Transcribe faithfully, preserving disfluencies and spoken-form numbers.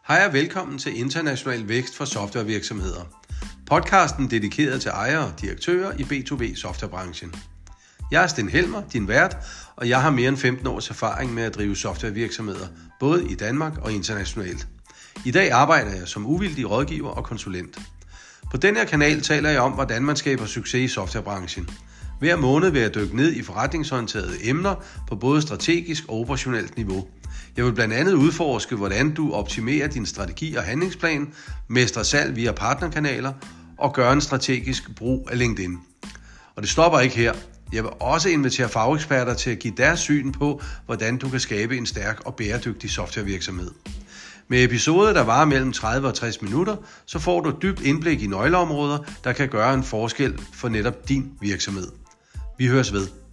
Hej og velkommen til International Vækst for Softwarevirksomheder. Podcasten dedikeret til ejere og direktører i B to B softwarebranchen. Jeg er Sten Helmer, din vært, og jeg har mere end femten års erfaring med at drive softwarevirksomheder, både i Danmark og internationalt. I dag arbejder jeg som uvildig rådgiver og konsulent. På denne her kanal taler jeg om, hvordan man skaber succes i softwarebranchen. Hver måned vil jeg dykke ned i forretningsorienterede emner på både strategisk og operationelt niveau. Jeg vil blandt andet udforske, hvordan du optimerer din strategi og handlingsplan, mestrer salg via partnerkanaler og gør en strategisk brug af LinkedIn. Og det stopper ikke her. Jeg vil også invitere fageksperter til at give deres syn på, hvordan du kan skabe en stærk og bæredygtig softwarevirksomhed. Med episoder, der varer mellem tredive og tres minutter, så får du et dybt indblik i nøgleområder, der kan gøre en forskel for netop din virksomhed. Vi høres ved.